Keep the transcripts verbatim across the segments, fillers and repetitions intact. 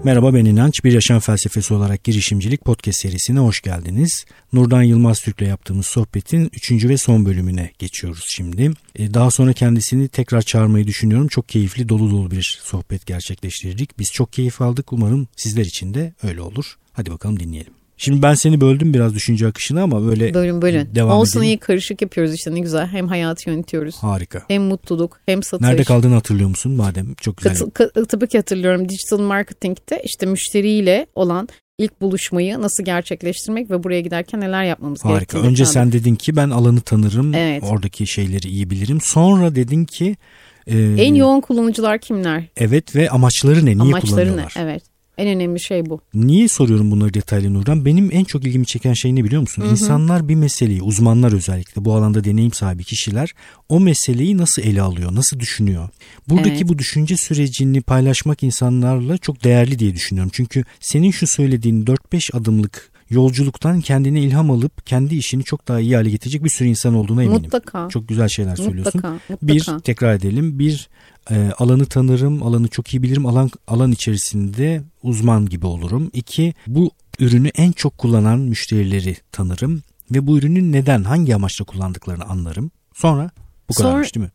Merhaba, ben İnanç. Bir Yaşam Felsefesi olarak girişimcilik podcast serisine hoş geldiniz. Nurdan Yılmaz Türk'le yaptığımız sohbetin üçüncü ve son bölümüne geçiyoruz şimdi. Daha sonra kendisini tekrar çağırmayı düşünüyorum. Çok keyifli, dolu dolu bir sohbet gerçekleştirdik. Biz çok keyif aldık. Umarım sizler için de öyle olur. Hadi bakalım dinleyelim. Şimdi ben seni böldüm biraz düşünce akışına ama böyle bölün bölün. devam Olsun, edelim. iyi karışık yapıyoruz işte, ne güzel. Hem hayatı yönetiyoruz. Harika. Hem mutluluk hem satış. Nerede kaldığını hatırlıyor musun madem? Çok güzel. Kat, kat, tabii ki hatırlıyorum. Digital marketing'te işte müşteriyle olan ilk buluşmayı nasıl gerçekleştirmek ve buraya giderken neler yapmamız Harika. gerektiğini. Önce kaldı. sen dedin ki ben alanı tanırım. Evet. Oradaki şeyleri iyi bilirim. Sonra dedin ki e, en yoğun kullanıcılar kimler? Evet ve amaçları ne? Niye Amaçları kullanıyorlar? ne? Evet. En önemli şey bu. Niye soruyorum bunları detaylı Nurdan? Benim en çok ilgimi çeken şey ne biliyor musun? Hı hı. İnsanlar bir meseleyi, uzmanlar özellikle bu alanda deneyim sahibi kişiler o meseleyi nasıl ele alıyor, nasıl düşünüyor? Buradaki evet. bu düşünce sürecini paylaşmak insanlarla çok değerli diye düşünüyorum. Çünkü senin şu söylediğin dört beş adımlık yolculuktan kendine ilham alıp kendi işini çok daha iyi hale getirecek bir sürü insan olduğuna eminim. Mutlaka. Çok güzel şeyler söylüyorsun. Mutlaka. Mutlaka. Bir, tekrar edelim. Bir, e, alanı tanırım, alanı çok iyi bilirim, alan alan içerisinde uzman gibi olurum. İki, bu ürünü en çok kullanan müşterileri tanırım ve bu ürünü neden, hangi amaçla kullandıklarını anlarım. Sonra bu Sonra... kadarmış değil mi?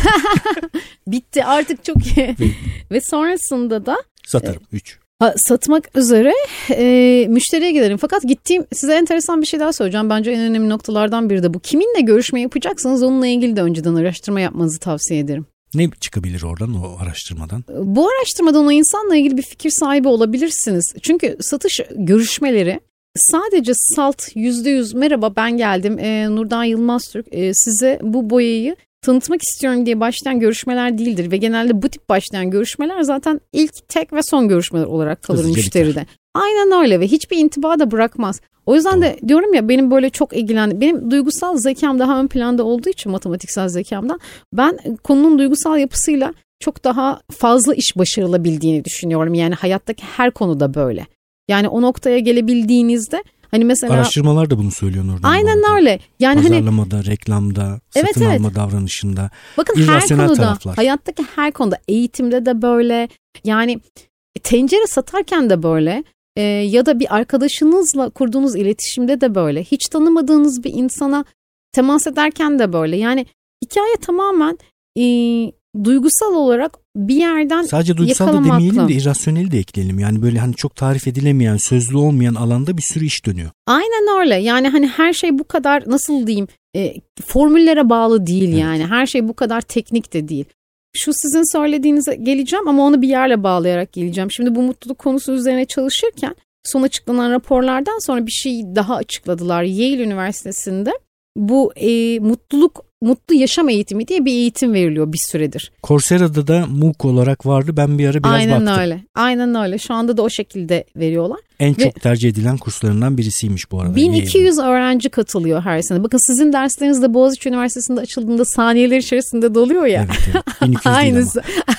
Bitti artık, çok iyi. Ve sonrasında da satarım. Üç. Satmak üzere e, müşteriye giderim. Fakat gittiğim, size enteresan bir şey daha söyleyeceğim. Bence en önemli noktalardan biri de bu. Kiminle görüşme yapacaksanız onunla ilgili de önceden araştırma yapmanızı tavsiye ederim. Ne çıkabilir oradan, o araştırmadan? Bu araştırmadan o insanla ilgili bir fikir sahibi olabilirsiniz. Çünkü satış görüşmeleri sadece salt yüzde yüz merhaba ben geldim e, Nurdan Yılmaz Türk e, size bu boyayı tanıtmak istiyorum diye başlayan görüşmeler değildir ve genelde bu tip başlayan görüşmeler zaten ilk, tek ve son görüşmeler olarak kalır Hızlıca müşteride. Biter. Aynen öyle ve hiçbir intiba da bırakmaz. O yüzden Doğru. de diyorum ya, benim böyle çok ilgilendim. Benim duygusal zekam daha ön planda olduğu için, matematiksel zekamdan, ben konunun duygusal yapısıyla çok daha fazla iş başarılabildiğini düşünüyorum. Yani hayattaki her konuda böyle. Yani o noktaya gelebildiğinizde hani mesela araştırmalar da bunu söylüyor Nurdan. Aynen öyle. Yani pazarlamada, hani, reklamda, evet, satın evet. alma davranışında. Bakın her konuda, taraflar. Hayattaki her konuda, eğitimde de böyle. Yani tencere satarken de böyle. E, ya da bir arkadaşınızla kurduğunuz iletişimde de böyle. Hiç tanımadığınız bir insana temas ederken de böyle. Yani hikaye tamamen e, duygusal olarak bir yerden sadece duygusal da demeyelim de irrasyoneli de ekleyelim. Yani böyle hani çok tarif edilemeyen, sözlü olmayan alanda bir sürü iş dönüyor. Aynen öyle. Yani hani her şey bu kadar, nasıl diyeyim, e, formüllere bağlı değil evet. Yani. Her şey bu kadar teknik de değil. Şu sizin söylediğinize geleceğim ama onu bir yerle bağlayarak geleceğim. Şimdi bu mutluluk konusu üzerine çalışırken son açıklanan raporlardan sonra bir şey daha açıkladılar. Yale Üniversitesi'nde bu e, mutluluk Mutlu yaşam eğitimi diye bir eğitim veriliyor bir süredir. Coursera'da da MOOC olarak vardı. Ben bir ara biraz Aynen baktım. Aynen öyle. Aynen öyle. Şu anda da o şekilde veriyorlar. En Ve çok tercih edilen kurslarından birisiymiş bu arada. bin iki yüz öğrenci katılıyor her sene. Bakın sizin dersleriniz de Boğaziçi Üniversitesi'nde açıldığında saniyeler içerisinde doluyor ya. Evet, evet. bin iki yüz Aynısı.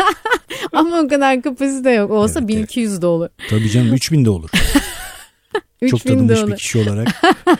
ama. ama o kadar kapasite yok. Olsa evet, bin iki yüz evet. de olur. Tabii canım, üç bin de olur. Çok tanınmış bir kişi olarak.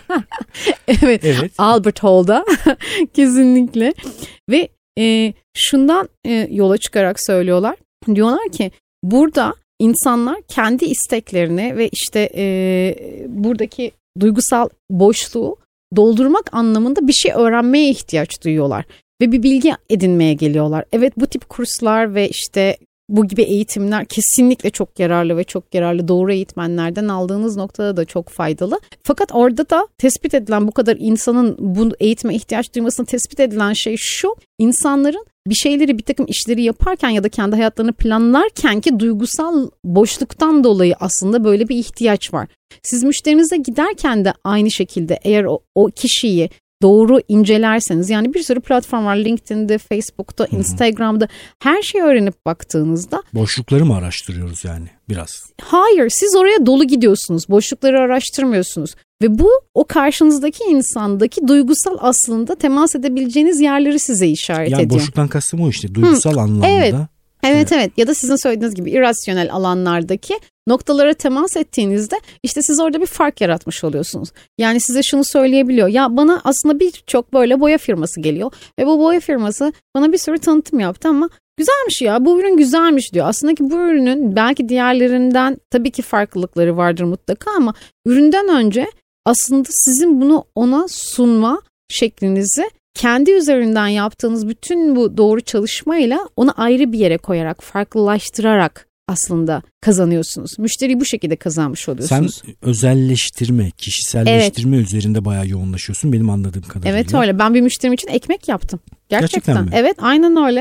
evet, evet. Albert Hall'da kesinlikle. Ve e, şundan e, yola çıkarak söylüyorlar. Diyorlar ki burada insanlar kendi isteklerini ve işte e, buradaki duygusal boşluğu doldurmak anlamında bir şey öğrenmeye ihtiyaç duyuyorlar. Ve bir bilgi edinmeye geliyorlar. Evet, bu tip kurslar ve işte bu gibi eğitimler kesinlikle çok yararlı ve çok yararlı. Doğru eğitmenlerden aldığınız noktada da çok faydalı. Fakat orada da tespit edilen, bu kadar insanın bu eğitime ihtiyaç duymasını tespit edilen şey şu: insanların bir şeyleri, bir takım işleri yaparken ya da kendi hayatlarını planlarken ki duygusal boşluktan dolayı aslında böyle bir ihtiyaç var. Siz müşterinize giderken de aynı şekilde eğer o, o kişiyi doğru incelerseniz, yani bir sürü platform var, LinkedIn'de, Facebook'ta, Hı-hı. Instagram'da, her şeyi öğrenip baktığınızda. Boşlukları mı araştırıyoruz yani biraz? Hayır, siz oraya dolu gidiyorsunuz, boşlukları araştırmıyorsunuz ve bu o karşınızdaki insandaki duygusal, aslında temas edebileceğiniz yerleri size işaret yani ediyor. Yani boşluktan kastım o işte, duygusal Hı, anlamda. Evet. Evet evet ya da sizin söylediğiniz gibi irrasyonel alanlardaki noktalara temas ettiğinizde işte siz orada bir fark yaratmış oluyorsunuz. Yani size şunu söyleyebiliyor: ya bana aslında birçok böyle boya firması geliyor ve bu boya firması bana bir sürü tanıtım yaptı ama güzelmiş ya, bu ürün güzelmiş diyor. Aslında ki bu ürünün belki diğerlerinden tabii ki farklılıkları vardır mutlaka ama üründen önce aslında sizin bunu ona sunma şeklinizi kendi üzerinden yaptığınız bütün bu doğru çalışmayla onu ayrı bir yere koyarak, farklılaştırarak aslında kazanıyorsunuz. Müşteriyi bu şekilde kazanmış oluyorsunuz. Sen özelleştirme, kişiselleştirme evet. üzerinde bayağı yoğunlaşıyorsun benim anladığım kadarıyla. Evet öyle. Ben bir müşterim için ekmek yaptım. Gerçekten. Gerçekten mi? Evet, aynen öyle.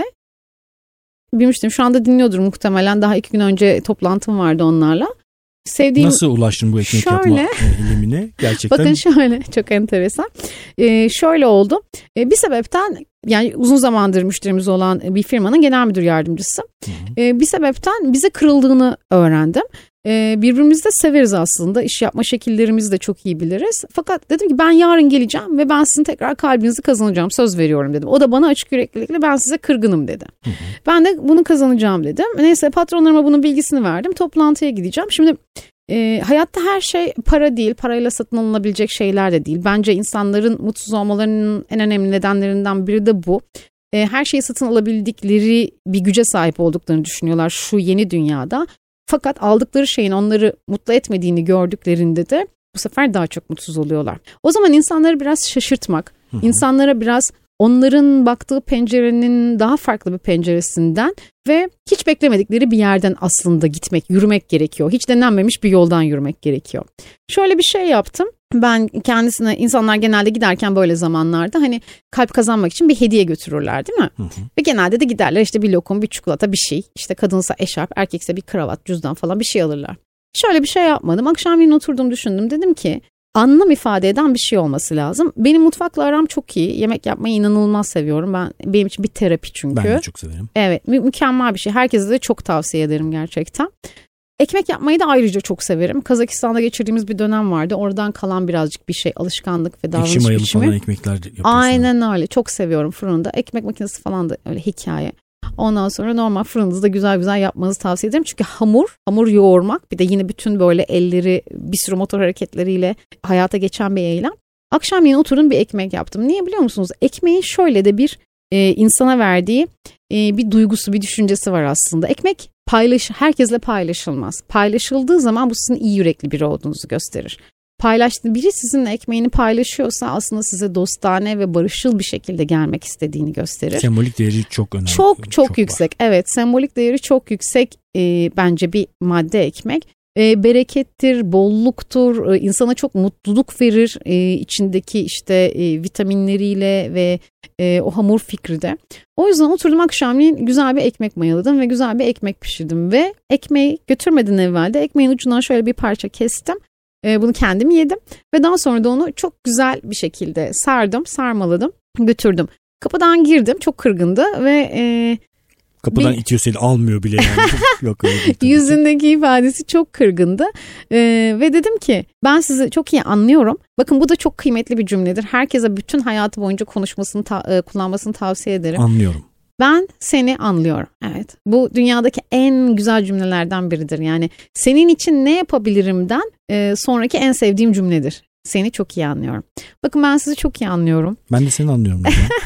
Bir müşterim şu anda dinliyordur muhtemelen. Daha iki gün önce toplantım vardı onlarla. Sevdiğim... Nasıl ulaştın bu ekmek şöyle, yapma ilimine? Gerçekten. Bakın şöyle, çok enteresan. Ee, şöyle oldu. Ee, bir sebepten, yani uzun zamandır müşterimiz olan bir firmanın genel müdür yardımcısı. Ee, bir sebepten bize kırıldığını öğrendim. Ee, birbirimizi de severiz aslında. İş yapma şekillerimizi de çok iyi biliriz. Fakat dedim ki ben yarın geleceğim ve ben sizin tekrar kalbinizi kazanacağım. Söz veriyorum dedim. O da bana açık yüreklilikle ben size kırgınım dedi. Hı hı. Ben de bunu kazanacağım dedim. Neyse patronlarıma bunun bilgisini verdim. Toplantıya gideceğim. Şimdi e, hayatta her şey para değil. Parayla satın alınabilecek şeyler de değil. Bence insanların mutsuz olmalarının en önemli nedenlerinden biri de bu. E, her şeyi satın alabildikleri bir güce sahip olduklarını düşünüyorlar şu yeni dünyada. Fakat aldıkları şeyin onları mutlu etmediğini gördüklerinde de bu sefer daha çok mutsuz oluyorlar. O zaman insanları biraz şaşırtmak, hı hı. insanlara biraz onların baktığı pencerenin daha farklı bir penceresinden ve hiç beklemedikleri bir yerden aslında gitmek, yürümek gerekiyor. Hiç denenmemiş bir yoldan yürümek gerekiyor. Şöyle bir şey yaptım. Ben kendisine, insanlar genelde giderken böyle zamanlarda hani kalp kazanmak için bir hediye götürürler değil mi? Hı hı. Ve genelde de giderler işte bir lokum, bir çikolata, bir şey. İşte kadınsa eşarp, erkekse bir kravat, cüzdan falan bir şey alırlar. Şöyle bir şey yapmadım. Akşamleyin oturdum düşündüm. Dedim ki anlam ifade eden bir şey olması lazım. Benim mutfakla aram çok iyi. Yemek yapmayı inanılmaz seviyorum. Ben benim için bir terapi çünkü. Ben de çok severim. Evet, mü- mükemmel bir şey. Herkese de çok tavsiye ederim gerçekten. Ekmek yapmayı da ayrıca çok severim. Kazakistan'da geçirdiğimiz bir dönem vardı. Oradan kalan birazcık bir şey, alışkanlık ve davranış biçimi. Ekşi mayalı falan ekmekler yapıyorsun. Aynen öyle. Çok seviyorum fırında. Ekmek makinesi falan da öyle hikaye. Ondan sonra normal fırınınızda güzel güzel yapmanızı tavsiye ederim. Çünkü hamur, hamur yoğurmak bir de yine bütün böyle elleri bir sürü motor hareketleriyle hayata geçen bir eylem. Akşam yine oturdum bir ekmek yaptım. Niye biliyor musunuz? Ekmeğin şöyle de bir e, insana verdiği e, bir duygusu, bir düşüncesi var aslında. Ekmek paylaş, herkesle paylaşılmaz. Paylaşıldığı zaman bu sizin iyi yürekli biri olduğunuzu gösterir. Paylaştığı biri sizinle ekmeğini paylaşıyorsa aslında size dostane ve barışçıl bir şekilde gelmek istediğini gösterir. Sembolik değeri çok önemli. Çok çok, çok yüksek. Var. Evet, sembolik değeri çok yüksek e, bence bir madde ekmek. E, berekettir, bolluktur, e, insana çok mutluluk verir e, içindeki işte e, vitaminleriyle ve e, o hamur fikri de. O yüzden oturdum akşamleyin güzel bir ekmek mayaladım ve güzel bir ekmek pişirdim ve ekmeği götürmeden evvel de ekmeğin ucundan şöyle bir parça kestim. E, bunu kendim yedim ve daha sonra da onu çok güzel bir şekilde sardım, sarmaladım, götürdüm. Kapıdan girdim, çok kırgındı ve e, kapıdan bir... itiyor seni, almıyor bile yani. Yok öyle değil. Yüzündeki ifadesi çok kırgındı ee, ve dedim ki ben sizi çok iyi anlıyorum. Bakın bu da çok kıymetli bir cümledir. Herkese bütün hayatı boyunca konuşmasını, ta- kullanmasını tavsiye ederim. Anlıyorum. Ben seni anlıyorum. Evet. Bu dünyadaki en güzel cümlelerden biridir. Yani senin için ne yapabilirimden e, sonraki en sevdiğim cümledir. Seni çok iyi anlıyorum. Bakın ben sizi çok iyi anlıyorum. Ben de seni anlıyorum.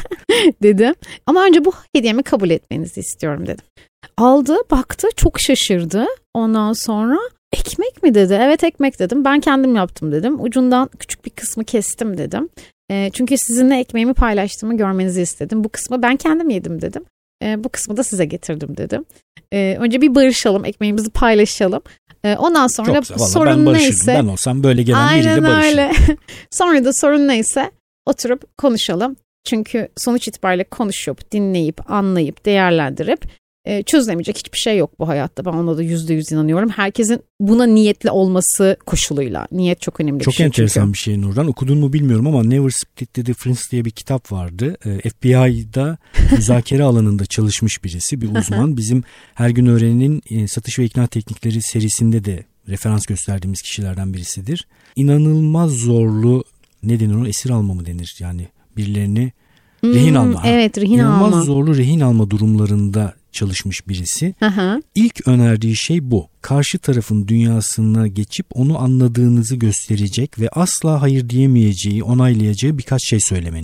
dedim. Ama önce bu hediyemi kabul etmenizi istiyorum dedim. Aldı, baktı, çok şaşırdı. Ondan sonra ekmek mi dedi? Evet ekmek dedim. Ben kendim yaptım dedim. Ucundan küçük bir kısmı kestim dedim. E, çünkü sizinle ekmeğimi paylaştığımı görmenizi istedim. Bu kısmı ben kendim yedim dedim. E, bu kısmı da size getirdim dedim. E, önce bir barışalım, ekmeğimizi paylaşalım. E, ondan sonra sorun ben neyse. Ben olsam böyle gelen biriyle barışırım. Aynen öyle. Sonra da sorun neyse oturup konuşalım. Çünkü sonuç itibariyle konuşup, dinleyip, anlayıp, değerlendirip e, çözülemeyecek hiçbir şey yok bu hayatta. Ben ona da yüzde yüz inanıyorum. Herkesin buna niyetli olması koşuluyla. Niyet çok önemli çok bir şey. Çok enteresan çünkü. bir şey Nurdan. Okudun mu bilmiyorum ama Never Split the Difference diye bir kitap vardı. F B I'da müzakere alanında çalışmış birisi, bir uzman. Bizim Her Gün Öğren'in satış ve ikna teknikleri serisinde de referans gösterdiğimiz kişilerden birisidir. İnanılmaz zorlu, ne denir ona, esir alma mı denir yani, birilerini hmm, rehin alma. Evet, rehin İnanılmaz alma. İnanılmaz zorlu rehin alma durumlarında çalışmış birisi. Aha. İlk önerdiği şey bu. Karşı tarafın dünyasına geçip onu anladığınızı gösterecek ve asla hayır diyemeyeceği, onaylayacağı birkaç şey söylemeniz.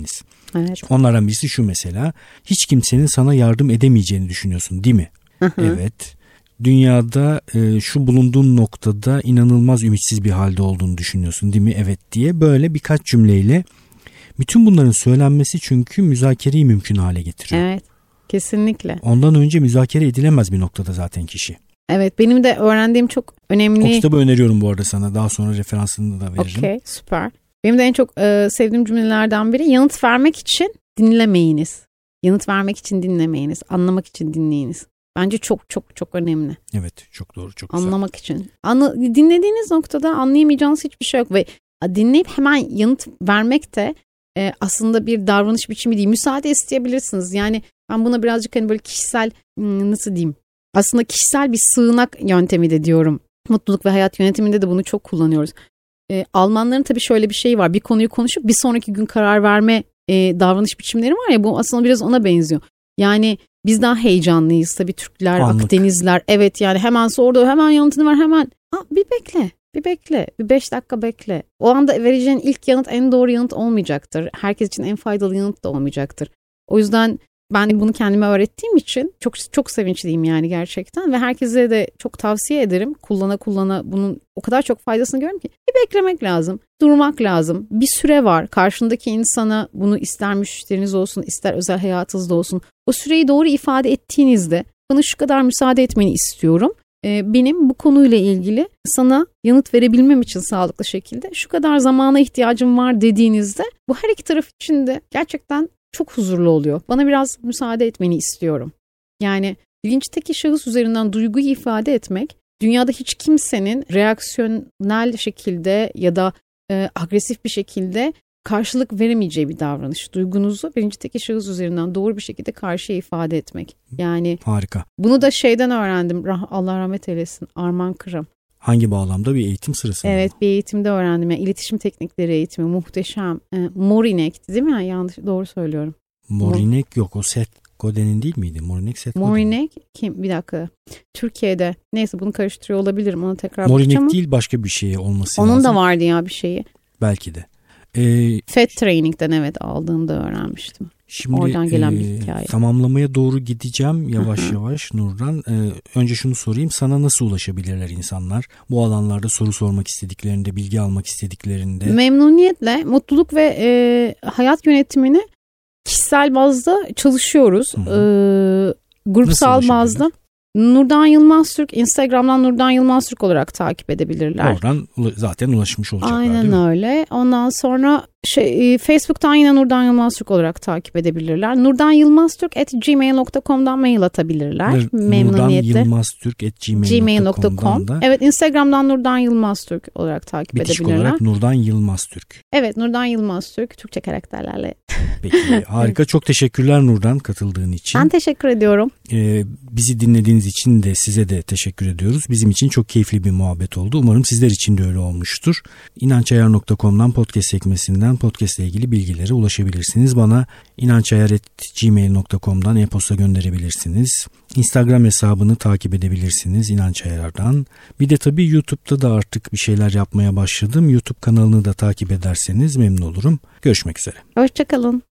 Evet. Onlardan birisi şu mesela. Hiç kimsenin sana yardım edemeyeceğini düşünüyorsun değil mi? Hı hı. Evet. Dünyada e, şu bulunduğun noktada inanılmaz ümitsiz bir halde olduğunu düşünüyorsun değil mi? Evet diye böyle birkaç cümleyle bütün bunların söylenmesi çünkü müzakereyi mümkün hale getiriyor. Evet, kesinlikle. Ondan önce müzakere edilemez bir noktada zaten kişi. Evet, benim de öğrendiğim çok önemli. O kitabı öneriyorum bu arada sana. Daha sonra referansını da veririm. Okey, süper. Benim de en çok e, sevdiğim cümlelerden biri yanıt vermek için dinlemeyiniz. Yanıt vermek için dinlemeyiniz. Anlamak için dinleyiniz. Bence çok çok çok önemli. Evet, çok doğru, çok güzel. Anlamak için. Anla, dinlediğiniz noktada anlayamayacağınız hiçbir şey yok ve dinleyip hemen yanıt vermek de e, aslında bir davranış biçimi değil. Müsaade isteyebilirsiniz. Yani ben buna birazcık hani böyle kişisel nasıl diyeyim? Aslında kişisel bir sığınak yöntemi de diyorum. Mutluluk ve hayat yönetiminde de bunu çok kullanıyoruz. E, Almanların tabii şöyle bir şey var. Bir konuyu konuşup bir sonraki gün karar verme e, davranış biçimleri var ya, bu aslında biraz ona benziyor. Yani biz daha heyecanlıyız tabii Türkler, Anlık. Akdenizler. Evet yani hemen sordu, hemen yanıtını ver hemen. Ha, bir bekle, bir bekle, bir beş dakika bekle. O anda vereceğin ilk yanıt en doğru yanıt olmayacaktır. Herkes için en faydalı yanıt da olmayacaktır. O yüzden ben bunu kendime öğrettiğim için çok çok sevinçliyim yani gerçekten ve herkese de çok tavsiye ederim. Kullana kullana bunun o kadar çok faydasını görüyorum ki. Bir beklemek lazım, durmak lazım. Bir süre var. Karşındaki insana bunu ister müşteriniz olsun, ister özel hayatınızda olsun. O süreyi doğru ifade ettiğinizde bana şu kadar müsaade etmeni istiyorum. Benim bu konuyla ilgili sana yanıt verebilmem için sağlıklı şekilde şu kadar zamana ihtiyacım var dediğinizde bu her iki taraf için de gerçekten çok huzurlu oluyor. Bana biraz müsaade etmeni istiyorum. Yani bilinçteki şahıs üzerinden duyguyu ifade etmek, dünyada hiç kimsenin reaksiyonel şekilde ya da e, agresif bir şekilde karşılık veremeyeceği bir davranış. Duygunuzu bilinçteki şahıs üzerinden doğru bir şekilde karşıya ifade etmek. Yani harika. Bunu da şeyden öğrendim. Allah rahmet eylesin. Arman Kırım. Hangi bağlamda? Bir eğitim sırasında? Evet, bir eğitimde öğrendim. Yani iletişim teknikleri eğitimi muhteşem. E, Morinek değil mi? Yani yanlış, doğru söylüyorum. Morinek yok. O Seth Godin'in değil miydi? Morinek Seth Godin. Morinek kim? Bir dakika. Türkiye'de. Neyse bunu karıştırıyor olabilirim. Ona tekrar Morinek bakacağım. Morinek değil, başka bir şey olması Onun lazım. Onun da vardı ya bir şeyi. Belki de. Ee, Fed Training'den evet aldığımda öğrenmiştim. Şimdi oradan gelen bir e, hikaye. Tamamlamaya doğru gideceğim yavaş Hı-hı. yavaş Nurdan. Ee, önce şunu sorayım, sana nasıl ulaşabilirler insanlar? Bu alanlarda soru sormak istediklerinde, bilgi almak istediklerinde. Memnuniyetle mutluluk ve e, hayat yönetimini kişisel bazda çalışıyoruz. Ee, grupsal bazda. Nurdan Yılmaz Türk, Instagram'dan Nurdan Yılmaz Türk olarak takip edebilirler. Oradan zaten ulaşmış olacaklar. Aynen değil mi? öyle. Ondan sonra şey, Facebook'tan yine Nurdan Yılmaz Türk olarak takip edebilirler. Nurdan Yılmaz Türk at gmail nokta com'dan mail atabilirler. Nur, Memnuniyetle. Nurdan Yılmaz Türk at gmail nokta com'dan. Evet, Instagram'dan Nurdan Yılmaz Türk olarak takip Bitişik edebilirler. olarak Nurdan Yılmaz Türk. Evet, Nurdan Yılmaz Türk. Türkçe karakterlerle. Peki, harika. Çok teşekkürler Nurdan katıldığın için. Ben teşekkür ediyorum. Ee, bizi dinlediğiniz için de size de teşekkür ediyoruz. Bizim için çok keyifli bir muhabbet oldu. Umarım sizler için de öyle olmuştur. inançayar nokta com'dan podcast sekmesinden podcast ile ilgili bilgilere ulaşabilirsiniz. Bana inançayar at gmail nokta com'dan e-posta gönderebilirsiniz. Instagram hesabını takip edebilirsiniz İnançayar'dan. Bir de tabii YouTube'da da artık bir şeyler yapmaya başladım. YouTube kanalını da takip ederseniz memnun olurum. Görüşmek üzere. Hoşçakalın.